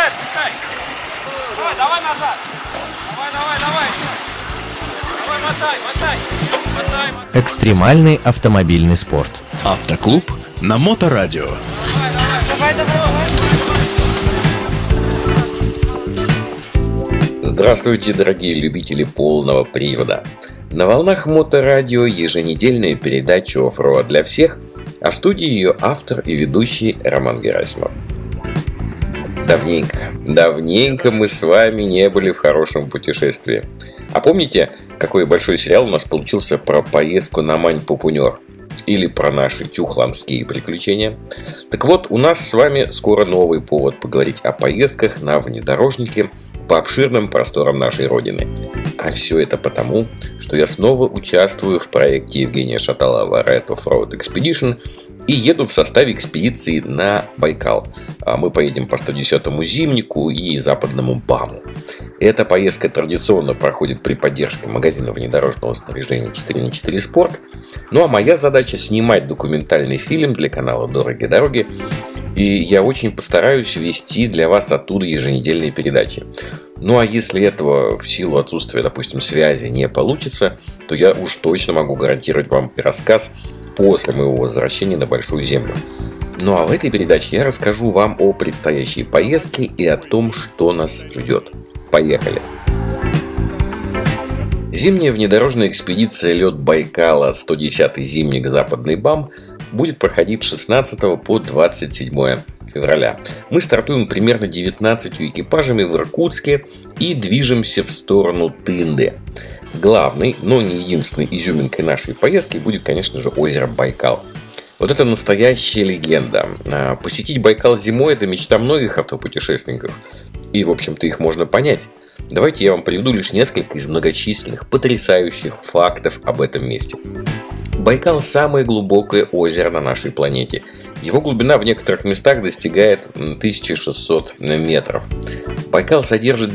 отпускай. Давай назад. Давай. Давай, мотай. Экстремальный автомобильный спорт. Автоклуб на Моторадио. Давай. Здравствуйте, дорогие любители полного привода. На волнах Моторадио еженедельная передача «Оффроуд для всех», а в студии ее автор и ведущий Роман Герасимов. Давненько мы с вами не были в хорошем путешествии. А помните, какой большой сериал у нас получился про поездку на Мань-Пупунёр? Или про наши чухландские приключения? Так вот, у нас с вами скоро новый повод поговорить о поездках на внедорожнике по обширным просторам нашей Родины. А все это потому, что я снова участвую в проекте Евгения Шаталова Red Off-Road Expedition и еду в составе экспедиции на Байкал. Мы поедем по 110-му Зимнику и Западному БАМу. Эта поездка традиционно проходит при поддержке магазина внедорожного снаряжения 4х4 Sport. Ну а моя задача снимать документальный фильм для канала «Дорогие дороги». И я очень постараюсь вести для вас оттуда еженедельные передачи. Ну а если этого в силу отсутствия, допустим, связи не получится, то я уж точно могу гарантировать вам рассказ после моего возвращения на Большую Землю. Ну а в этой передаче я расскажу вам о предстоящей поездке и о том, что нас ждет. Поехали! Зимняя внедорожная экспедиция «Лед Байкала» 110-й Зимник Западный БАМ будет проходить с 16 по 27 февраля. Мы стартуем примерно 19 экипажами в Иркутске и движемся в сторону Тынды. Главной, но не единственной изюминкой нашей поездки будет, конечно же, озеро Байкал. Вот это настоящая легенда. Посетить Байкал зимой – это мечта многих автопутешественников. И, в общем-то, их можно понять. Давайте я вам приведу лишь несколько из многочисленных, потрясающих фактов об этом месте. Байкал – самое глубокое озеро на нашей планете. Его глубина в некоторых местах достигает 1600 метров. Байкал содержит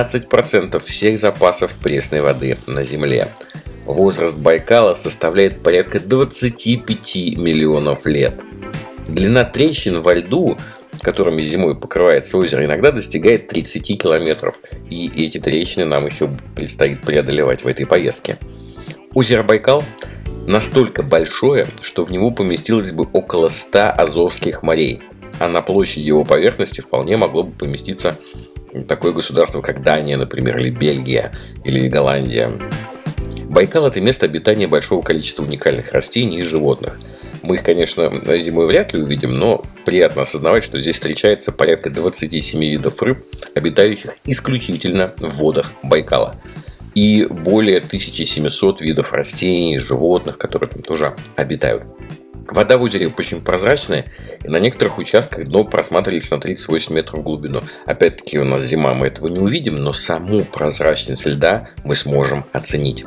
19% всех запасов пресной воды на Земле. Возраст Байкала составляет порядка 25 миллионов лет. Длина трещин во льду, которыми зимой покрывается озеро, иногда достигает 30 километров. И эти трещины нам еще предстоит преодолевать в этой поездке. Озеро Байкал настолько большое, что в него поместилось бы около 100 Азовских морей. А на площади его поверхности вполне могло бы поместиться такое государство, как Дания, например, или Бельгия, или Голландия. Байкал – это место обитания большого количества уникальных растений и животных. Мы их, конечно, зимой вряд ли увидим, но приятно осознавать, что здесь встречается порядка 27 видов рыб, обитающих исключительно в водах Байкала. И более 1700 видов растений и животных, которые там тоже обитают. Вода в озере очень прозрачная, и на некоторых участках дно просматривается на 38 метров в глубину. Опять-таки у нас зима, мы этого не увидим, но саму прозрачность льда мы сможем оценить.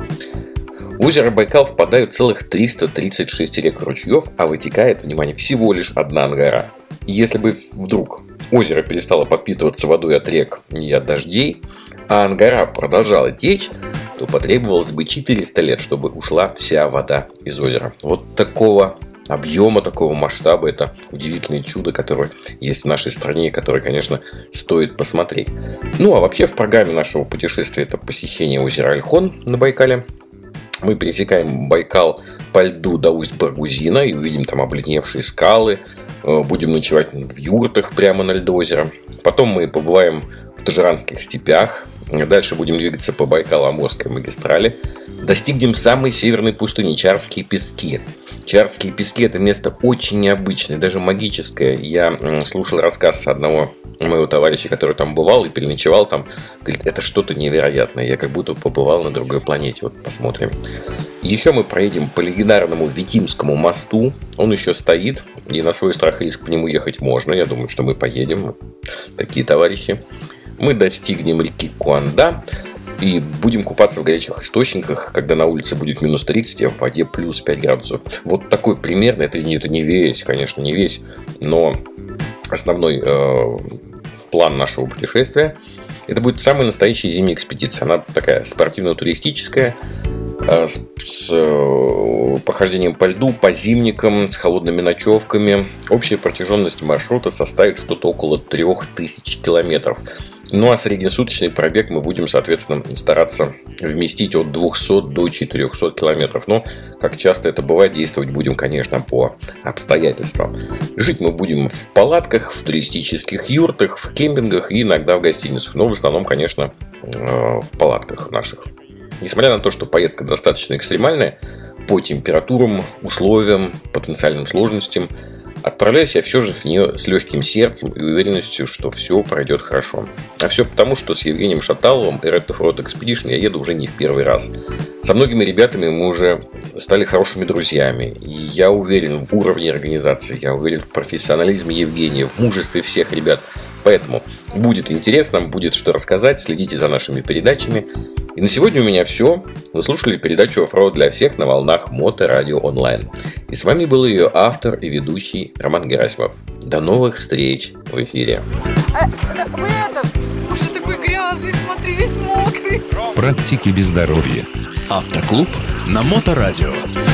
В озеро Байкал впадают целых 336 рек и ручьев, а вытекает, внимание, всего лишь одна Ангара. И если бы вдруг озеро перестало подпитываться водой от рек и от дождей, а Ангара продолжала течь, то потребовалось бы 400 лет, чтобы ушла вся вода из озера. Вот такого объема, такого масштаба это удивительное чудо, которое есть в нашей стране и которое, конечно, стоит посмотреть. Ну а вообще в программе нашего путешествия это посещение озера Ольхон на Байкале. Мы пересекаем Байкал по льду до Усть-Баргузина и увидим там обледеневшие скалы. Будем ночевать в юртах прямо на льду озера. Потом мы побываем в Тажиранских степях. Дальше будем двигаться по Байкало-Амурской магистрали. Достигнем самой северной пустыни Чарские пески. Чарские пески – это место очень необычное, даже магическое. Я слушал рассказ одного моего товарища, который там бывал и переночевал там. Говорит, это что-то невероятное. Я как будто побывал на другой планете. Вот посмотрим. Еще мы проедем по легендарному Витимскому мосту. Он еще стоит, и на свой страх и риск по нему ехать можно. Я думаю, что мы поедем. Такие товарищи. Мы достигнем реки Куанда и будем купаться в горячих источниках, когда на улице будет минус 30, а в воде плюс 5 градусов. Вот такой примерно, это не весь, конечно, не весь, но основной план нашего путешествия. Это будет самая настоящая зимняя экспедиция. Она такая спортивно-туристическая. с прохождением по льду, по зимникам, с холодными ночевками. Общая протяженность маршрута составит что-то около 3000 километров. Ну а среднесуточный пробег мы будем, соответственно, стараться вместить от 200 до 400 километров. Но, как часто это бывает, действовать будем, конечно, по обстоятельствам. Жить мы будем в палатках, в туристических юртах, в кемпингах и иногда в гостиницах. Но в основном, конечно, в палатках наших. Несмотря на то, что поездка достаточно экстремальная, по температурам, условиям, потенциальным сложностям, отправляюсь я все же в нее с легким сердцем и уверенностью, что все пройдет хорошо. А все потому, что с Евгением Шаталовым и Red Off-Road Expedition я еду уже не в первый раз. Со многими ребятами мы уже стали хорошими друзьями. И я уверен в уровне организации, я уверен в профессионализме Евгения, в мужестве всех ребят. Поэтому будет интересно, будет что рассказать, следите за нашими передачами. И на сегодня у меня все. Вы слушали передачу «Оффроуд для всех» на волнах Моторадио Онлайн. И с вами был ее автор и ведущий Роман Герасимов. До новых встреч в эфире. Вы уже такой грязный, смотри, весь мокрый. Практики без здоровья. Автоклуб на Моторадио.